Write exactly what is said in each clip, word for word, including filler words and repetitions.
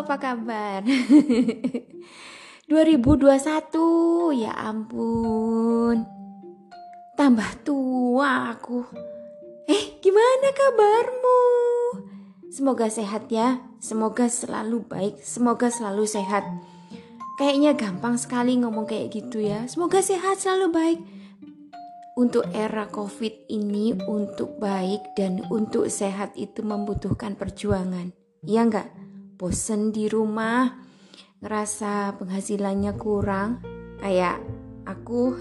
apa kabar? dua ribu dua puluh satu, ya ampun. Tambah tua aku. Eh, gimana kabarmu? Semoga sehat ya. Semoga selalu baik. Semoga selalu sehat. Kayaknya gampang sekali ngomong kayak gitu ya. Semoga sehat, selalu baik. Untuk era COVID ini, untuk baik dan untuk sehat itu membutuhkan perjuangan. Iya enggak? Bosen di rumah, ngerasa penghasilannya kurang, kayak aku.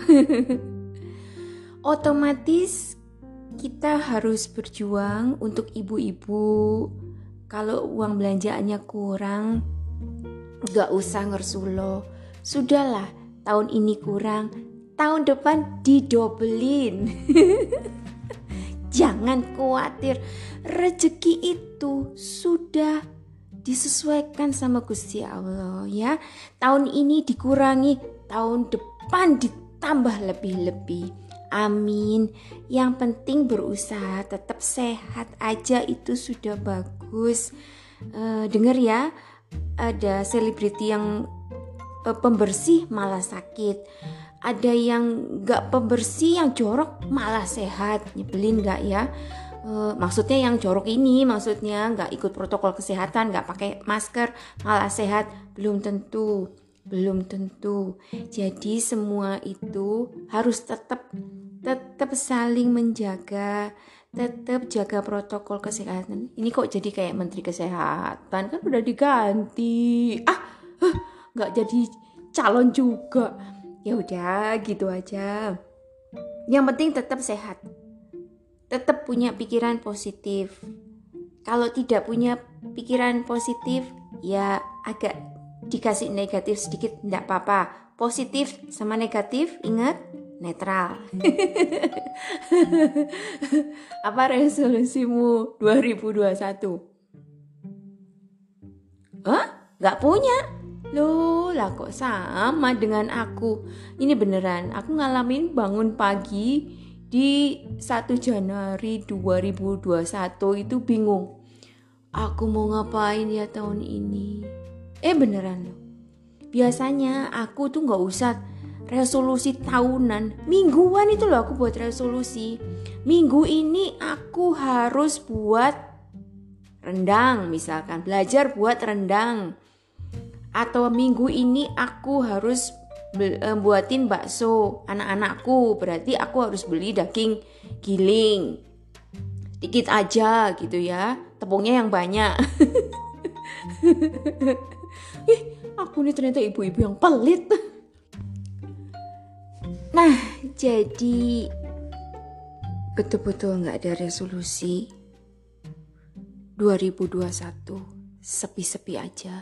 Otomatis kita harus berjuang untuk ibu-ibu. Kalau uang belanjaannya kurang, gak usah ngersulo. Sudahlah, tahun ini kurang, tahun depan didobelin. Jangan khawatir, rezeki itu sudah disesuaikan sama Gusti Allah ya. Tahun ini dikurangi, tahun depan ditambah lebih-lebih. Amin. Yang penting berusaha, tetap sehat aja itu sudah bagus. Uh, dengar ya, ada selebriti yang uh, pembersih malah sakit. Ada yang gak pembersih, yang jorok malah sehat. Nyebelin gak ya? E, maksudnya yang jorok ini, maksudnya gak ikut protokol kesehatan, gak pakai masker, malah sehat. Belum tentu, belum tentu. Jadi semua itu harus tetap tetap saling menjaga, tetap jaga protokol kesehatan. Ini kok jadi kayak Menteri Kesehatan, kan udah diganti. Ah, huh, gak jadi calon juga. Ya udah gitu aja. Yang penting tetap sehat. Tetap punya pikiran positif. Kalau tidak punya pikiran positif, ya agak dikasih negatif sedikit, enggak apa-apa. Positif sama negatif, ingat, netral. Apa resolusimu dua ribu dua puluh satu? Hah? Enggak punya? Loh, lah kok sama dengan aku? Ini beneran, aku ngalamin bangun pagi di satu Januari dua ribu dua puluh satu itu bingung. Aku mau ngapain ya tahun ini? Eh beneran loh. Biasanya aku tuh gak usah resolusi tahunan. Mingguan itu loh aku buat resolusi. Minggu ini aku harus buat rendang misalkan. Belajar buat rendang. Atau minggu ini aku harus buatin bakso anak-anakku, berarti aku harus beli daging giling dikit aja gitu ya, tepungnya yang banyak. Ih, aku nih ternyata ibu-ibu yang pelit. Nah, jadi betul-betul gak ada resolusi. Dua ribu dua puluh satu sepi-sepi aja.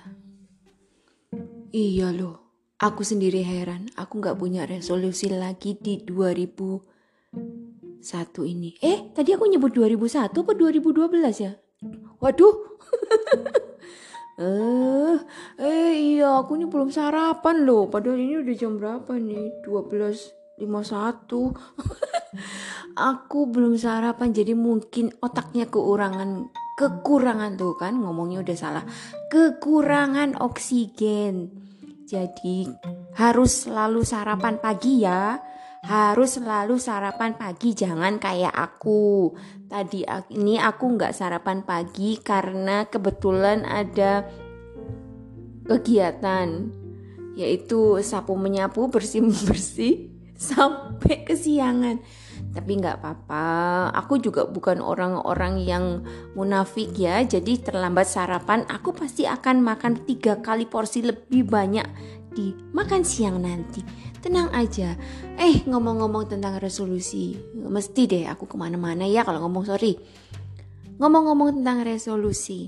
Iya loh, aku sendiri heran, aku gak punya resolusi lagi di dua ribu satu ini. Eh, tadi aku nyebut dua ribu satu apa dua ribu dua belas ya? Waduh. eh, eh iya, aku ini belum sarapan loh. Padahal ini udah jam berapa nih? dua belas lima puluh satu. Aku belum sarapan, jadi mungkin otaknya kekurangan kekurangan tuh kan, ngomongnya udah salah. Kekurangan oksigen. Jadi harus selalu sarapan pagi ya. Harus selalu sarapan pagi, jangan kayak aku. Tadi ini aku gak sarapan pagi karena kebetulan ada kegiatan, yaitu sapu menyapu, bersih-bersih sampai kesiangan. Tapi gak apa-apa, aku juga bukan orang-orang yang munafik ya. Jadi terlambat sarapan, aku pasti akan makan tiga kali porsi lebih banyak di makan siang nanti. Tenang aja. Eh, ngomong-ngomong tentang resolusi, mesti deh aku kemana-mana ya kalau ngomong, sorry. Ngomong-ngomong tentang resolusi,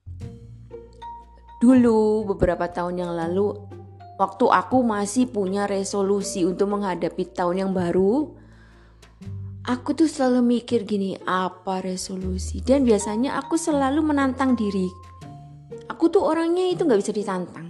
dulu beberapa tahun yang lalu, waktu aku masih punya resolusi untuk menghadapi tahun yang baru, aku tuh selalu mikir gini, apa resolusi? Dan biasanya aku selalu menantang diri. Aku tuh orangnya itu gak bisa ditantang.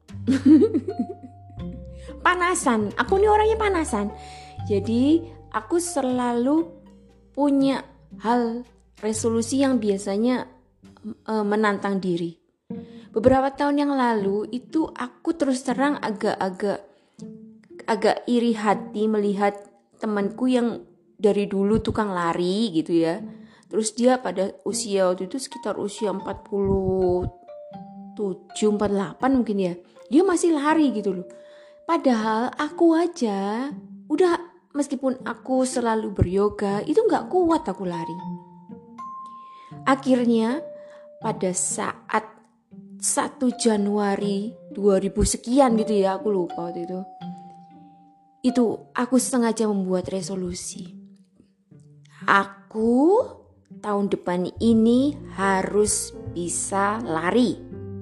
Panasan, aku nih orangnya panasan. Jadi aku selalu punya hal resolusi yang biasanya e, menantang diri. beberapa tahun yang lalu itu aku terus terang agak-agak agak iri hati melihat temanku yang dari dulu tukang lari gitu ya. Terus dia pada usia waktu itu sekitar usia empat puluh tujuh, empat puluh delapan mungkin ya. Dia masih lari gitu loh. Padahal aku aja udah, meskipun aku selalu beryoga, itu gak kuat aku lari. Akhirnya pada saat satu Januari dua ribu sekian gitu ya, aku lupa waktu itu. Itu aku sengaja membuat resolusi. Aku tahun depan ini harus bisa lari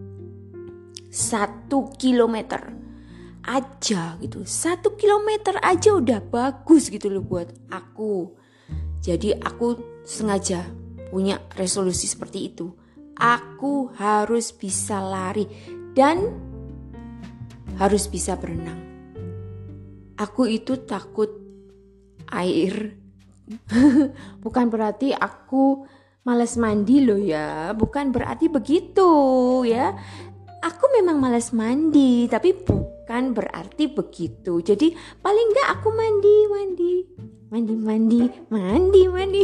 satu kilometer aja gitu. Satu kilometer aja udah bagus gitu loh buat aku. Jadi aku sengaja punya resolusi seperti itu. Aku harus bisa lari dan harus bisa berenang. Aku itu takut air. Bukan berarti aku malas mandi loh ya. Bukan berarti begitu ya. Aku memang malas mandi, tapi bukan berarti begitu. Jadi paling enggak aku mandi, mandi, mandi, mandi, mandi, mandi.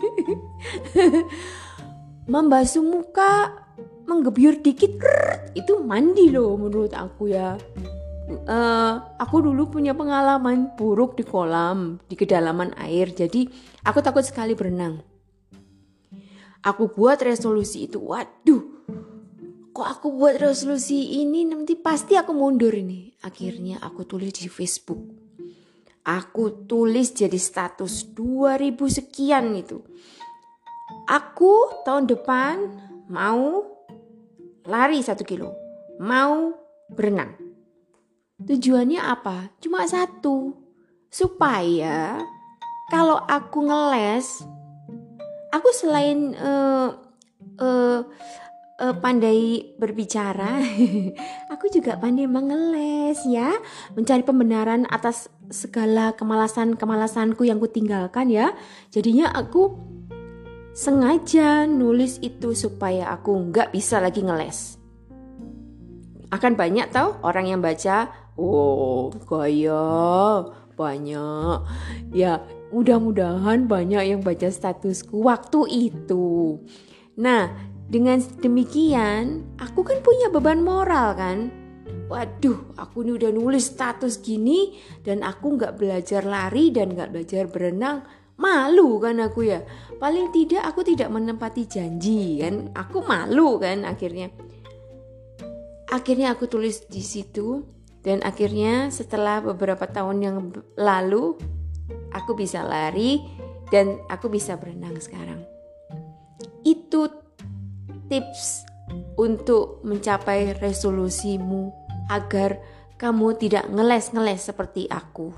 Membasuh muka, menggebyur dikit, itu mandi loh menurut aku ya. Uh, aku dulu punya pengalaman buruk di kolam, di kedalaman air. Jadi aku takut sekali berenang. Aku buat resolusi itu. Waduh, kok aku buat resolusi ini, nanti pasti aku mundur ini. Akhirnya aku tulis di Facebook. Aku tulis jadi status dua ribu sekian itu. Aku tahun depan mau lari satu kilo, mau berenang. Tujuannya apa? Cuma satu, supaya kalau aku ngeles, aku selain uh, uh, uh, pandai berbicara, aku juga pandai mengeles ya, mencari pembenaran atas segala kemalasan-kemalasanku yang kutinggalkan ya. Jadinya aku sengaja nulis itu supaya aku nggak bisa lagi ngeles. Akan banyak tau orang yang baca, oh gaya banyak. Ya mudah-mudahan banyak yang baca statusku waktu itu. Nah dengan demikian aku kan punya beban moral kan. Waduh, aku ini udah nulis status gini dan aku gak belajar lari dan gak belajar berenang. Malu kan aku ya. Paling tidak aku tidak menepati janji kan. Aku malu kan akhirnya. Akhirnya aku tulis di situ. Dan akhirnya setelah beberapa tahun yang lalu aku bisa lari dan aku bisa berenang sekarang. Itu tips untuk mencapai resolusimu agar kamu tidak ngeles-ngeles seperti aku.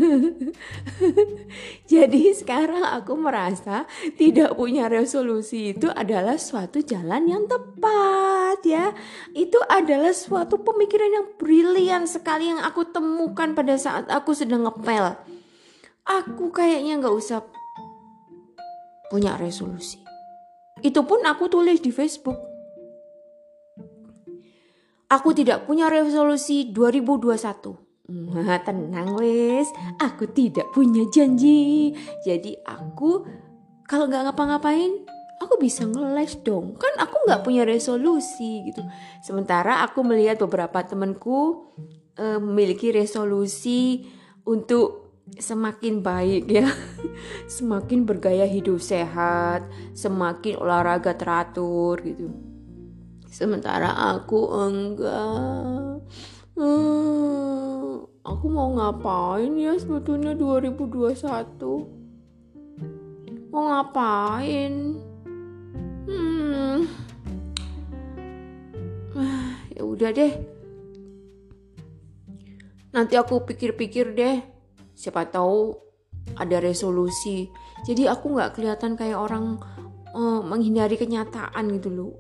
Jadi sekarang aku merasa tidak punya resolusi itu adalah suatu jalan yang tepat ya. Itu adalah suatu pemikiran yang brilian sekali yang aku temukan pada saat aku sedang ngepel. Aku kayaknya gak usah punya resolusi. Itu pun aku tulis di Facebook. Aku tidak punya resolusi dua ribu dua puluh satu. Nah, tenang wes, aku tidak punya janji. Jadi aku kalau gak ngapa-ngapain, aku bisa ngeles dong. Kan aku gak punya resolusi gitu. Sementara aku melihat beberapa temanku eh, memiliki resolusi untuk semakin baik ya. Semakin bergaya hidup sehat, semakin olahraga teratur gitu. Sementara aku enggak. Hmm, aku mau ngapain ya sebetulnya dua ribu dua puluh satu? Mau ngapain? Hmm. Ya udah deh. Nanti aku pikir-pikir deh. Siapa tahu ada resolusi. Jadi aku enggak kelihatan kayak orang uh, menghindari kenyataan gitu loh.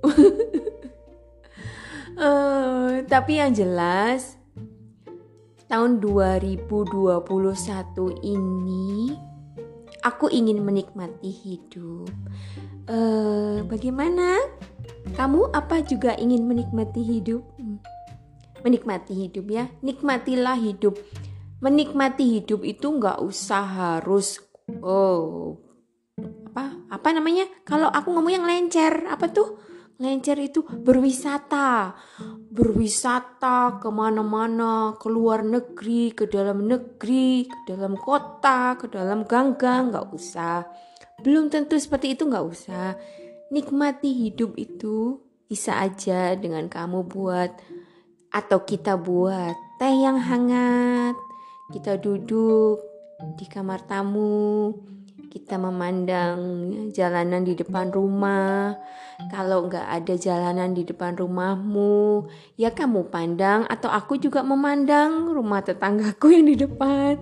Uh, tapi yang jelas tahun dua ribu dua puluh satu ini aku ingin menikmati hidup. Uh, bagaimana Kamu apa juga ingin menikmati hidup? Menikmati hidup ya, nikmatilah hidup. Menikmati hidup itu nggak usah harus oh apa apa namanya? Kalau aku ngomong yang lencer, apa tuh? Lencer itu berwisata, berwisata kemana-mana, ke luar negeri, ke dalam negeri, ke dalam kota, ke dalam ganggang, nggak usah. Belum tentu seperti itu, nggak usah. Nikmati hidup itu bisa aja dengan kamu buat atau kita buat teh yang hangat, kita duduk di kamar tamu, kita memandang jalanan di depan rumah. Kalau nggak ada jalanan di depan rumahmu, ya kamu pandang atau aku juga memandang rumah tetanggaku yang di depan.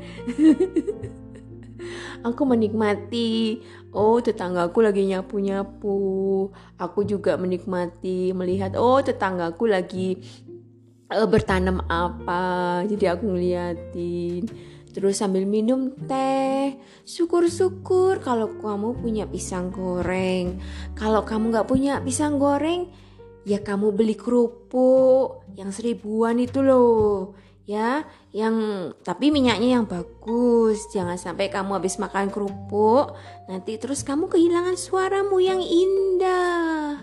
Aku menikmati, oh tetanggaku lagi nyapu-nyapu. Aku juga menikmati melihat, oh tetanggaku lagi uh, bertanam apa. Jadi aku ngeliatin. Terus sambil minum teh, syukur-syukur kalau kamu punya pisang goreng. Kalau kamu gak punya pisang goreng, ya kamu beli kerupuk yang seribuan itu loh. Ya, yang tapi minyaknya yang bagus. Jangan sampai kamu habis makan kerupuk, nanti terus kamu kehilangan suaramu yang indah.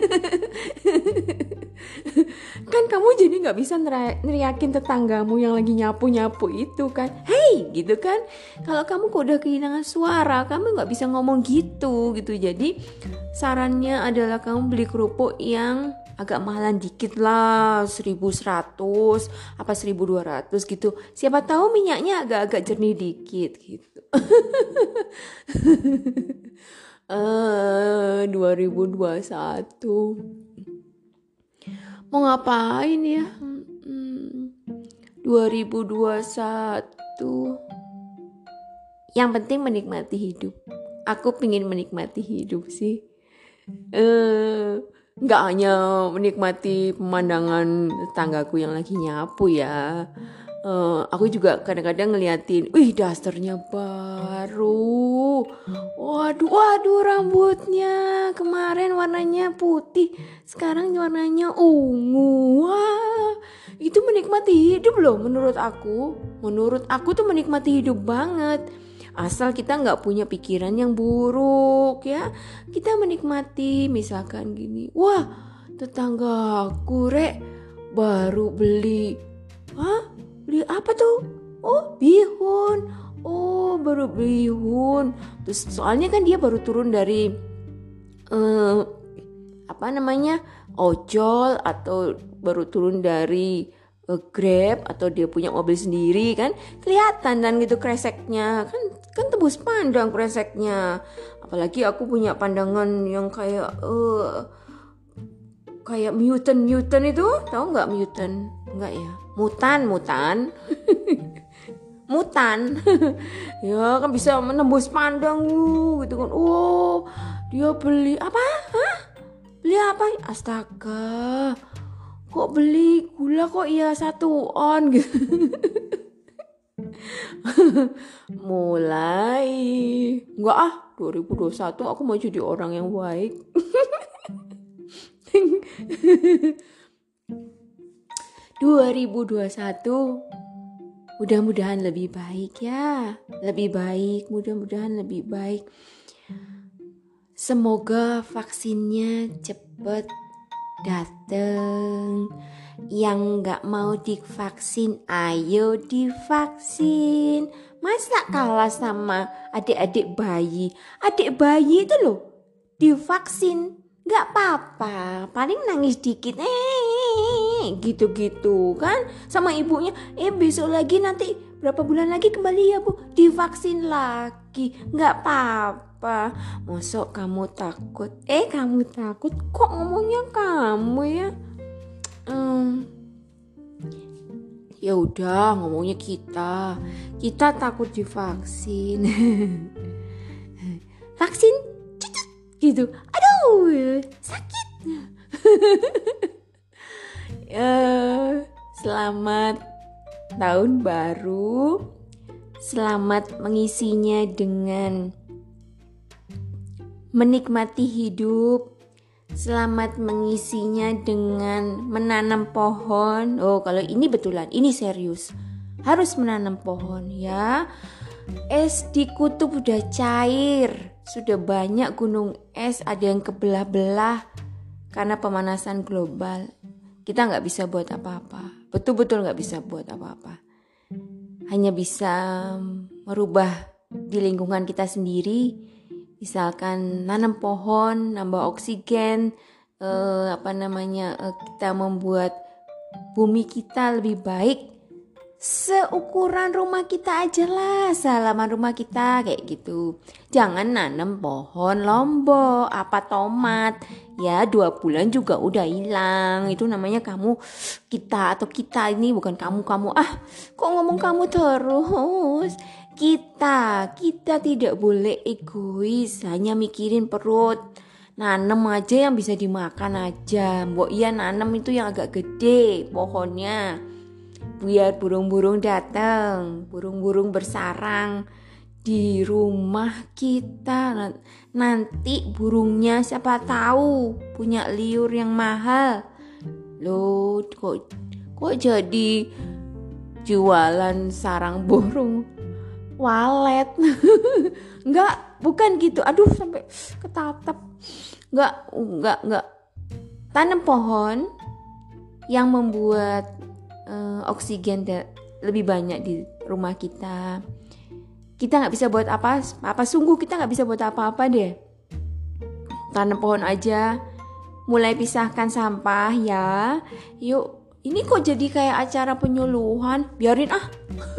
Kan kamu jadi gak bisa neriakin tetanggamu yang lagi nyapu-nyapu itu kan. Hey gitu kan. Kalau kamu kok udah kehilangan suara, kamu gak bisa ngomong gitu gitu. Jadi sarannya adalah kamu beli kerupuk yang agak mahalan dikit lah, seribu seratus apa seribu dua ratus gitu. Siapa tahu minyaknya agak-agak jernih dikit gitu. uh, dua ribu dua puluh satu mau ngapain ya? Hmm, dua ribu dua puluh satu yang penting menikmati hidup. Aku pengen menikmati hidup sih. Uh, Gak hanya menikmati pemandangan tetanggaku yang lagi nyapu ya. Uh, aku juga kadang-kadang ngeliatin, wih dasternya baru. Waduh, waduh rambutnya kemarin warnanya putih, sekarang warnanya ungu. Wah, itu menikmati hidup loh menurut aku. Menurut aku tuh menikmati hidup banget. Asal kita gak punya pikiran yang buruk ya. Kita menikmati misalkan gini, wah tetanggaku rek baru beli, hah beli apa tuh? Oh bihun, oh baru bihun. Terus soalnya kan dia baru turun dari uh, apa namanya ojol atau baru turun dari Grab atau dia punya mobil sendiri kan, kelihatan dan gitu kreseknya kan, kan tebus pandang kreseknya. Apalagi aku punya pandangan yang kayak uh, kayak mutant mutant itu, tahu nggak mutant? Nggak ya, mutan mutan mutan ya kan bisa menembus pandang gitu kan. Oh dia beli apa? Hah? Beli apa? Astaga, kok beli gula kok iya satu on gitu. Mulai enggak ah dua ribu dua puluh satu aku mau jadi orang yang baik. dua ribu dua puluh satu mudah-mudahan lebih baik ya, lebih baik, mudah-mudahan lebih baik. Semoga vaksinnya cepet dateng. Yang gak mau divaksin, ayo divaksin. Masa kalah sama adik-adik bayi? Adik bayi itu loh divaksin gak apa-apa, paling nangis dikit eh gitu-gitu kan sama ibunya. Eh besok lagi nanti berapa bulan lagi kembali ya bu, divaksin lagi, gak apa-apa. Mosok kamu takut? Eh kamu takut kok ngomongnya kamu ya? Hmm. Ya udah ngomongnya kita kita takut divaksin. Vaksin cucut gitu, aduh sakit. Ya, selamat tahun baru, selamat mengisinya dengan menikmati hidup, Selamat mengisinya dengan menanam pohon. Oh, kalau ini betulan, ini serius. Harus menanam pohon ya. Es di kutub udah cair, sudah banyak gunung es, ada yang kebelah-belah karena pemanasan global. Kita nggak bisa buat apa-apa, betul-betul nggak bisa buat apa-apa. Hanya bisa merubah di lingkungan kita sendiri, misalkan nanam pohon, nambah oksigen, eh, apa namanya, eh, kita membuat bumi kita lebih baik. Seukuran rumah kita aja lah, halaman rumah kita kayak gitu. Jangan nanam pohon lombok, apa tomat, ya dua bulan juga udah hilang. Itu namanya kamu, kita atau kita ini bukan kamu kamu. Ah, kok ngomong kamu terus? Kita, kita tidak boleh egois, hanya mikirin perut. Nanam aja yang bisa dimakan aja. Mbok iya nanam itu yang agak gede pohonnya. Biar burung-burung datang, burung-burung bersarang di rumah kita. Nanti burungnya siapa tahu punya liur yang mahal. Loh, kok kok jadi jualan sarang burung walet? Enggak, bukan gitu. Aduh, sampai ketatap. Enggak, enggak, enggak. Tanam pohon yang membuat Uh, oksigen de- lebih banyak di rumah kita. Kita nggak bisa buat apa, apa sungguh kita nggak bisa buat apa-apa deh. Tanam pohon aja, mulai pisahkan sampah ya. Yuk, ini kok jadi kayak acara penyuluhan? Biarin ah.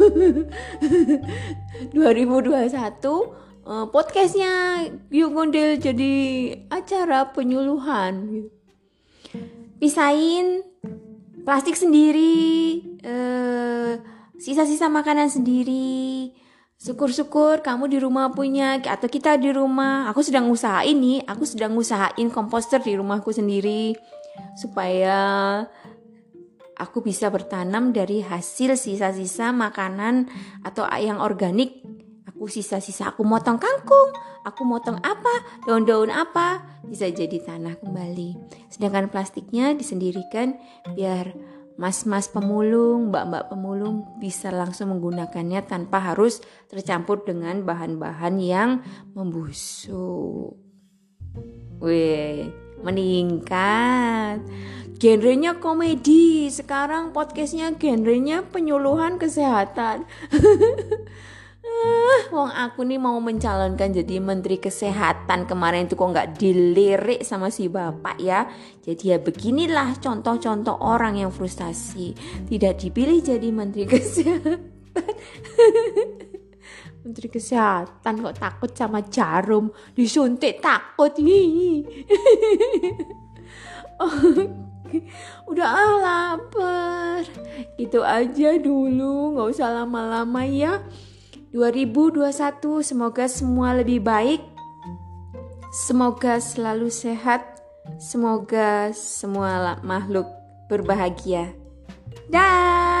dua ribu dua puluh satu uh, podcastnya Yuk Ngondel jadi acara penyuluhan. Pisahin plastik sendiri, eh, sisa-sisa makanan sendiri. Syukur-syukur kamu di rumah punya, atau kita di rumah. Aku sedang usahain nih, aku sedang usahain komposter di rumahku sendiri supaya aku bisa bertanam dari hasil sisa-sisa makanan atau yang organik. Aku sisa-sisa, aku motong kangkung, aku motong apa, daun-daun apa, bisa jadi tanah kembali. Sedangkan plastiknya disendirikan biar mas-mas pemulung, mbak-mbak pemulung bisa langsung menggunakannya tanpa harus tercampur dengan bahan-bahan yang membusuk. Wih, meningkat. Genrenya komedi, sekarang podcastnya genrenya penyuluhan kesehatan. Uh, wong aku nih mau mencalonkan jadi menteri kesehatan kemarin tuh kok nggak dilirik sama si bapak ya. Jadi ya beginilah contoh-contoh orang yang frustasi tidak dipilih jadi menteri kesehatan. Menteri kesehatan kok takut sama jarum, disuntik takut. Oh, udah ah lapar. Gitu aja dulu, nggak usah lama-lama ya. dua ribu dua puluh satu semoga semua lebih baik, semoga selalu sehat, semoga semua makhluk berbahagia. Dah.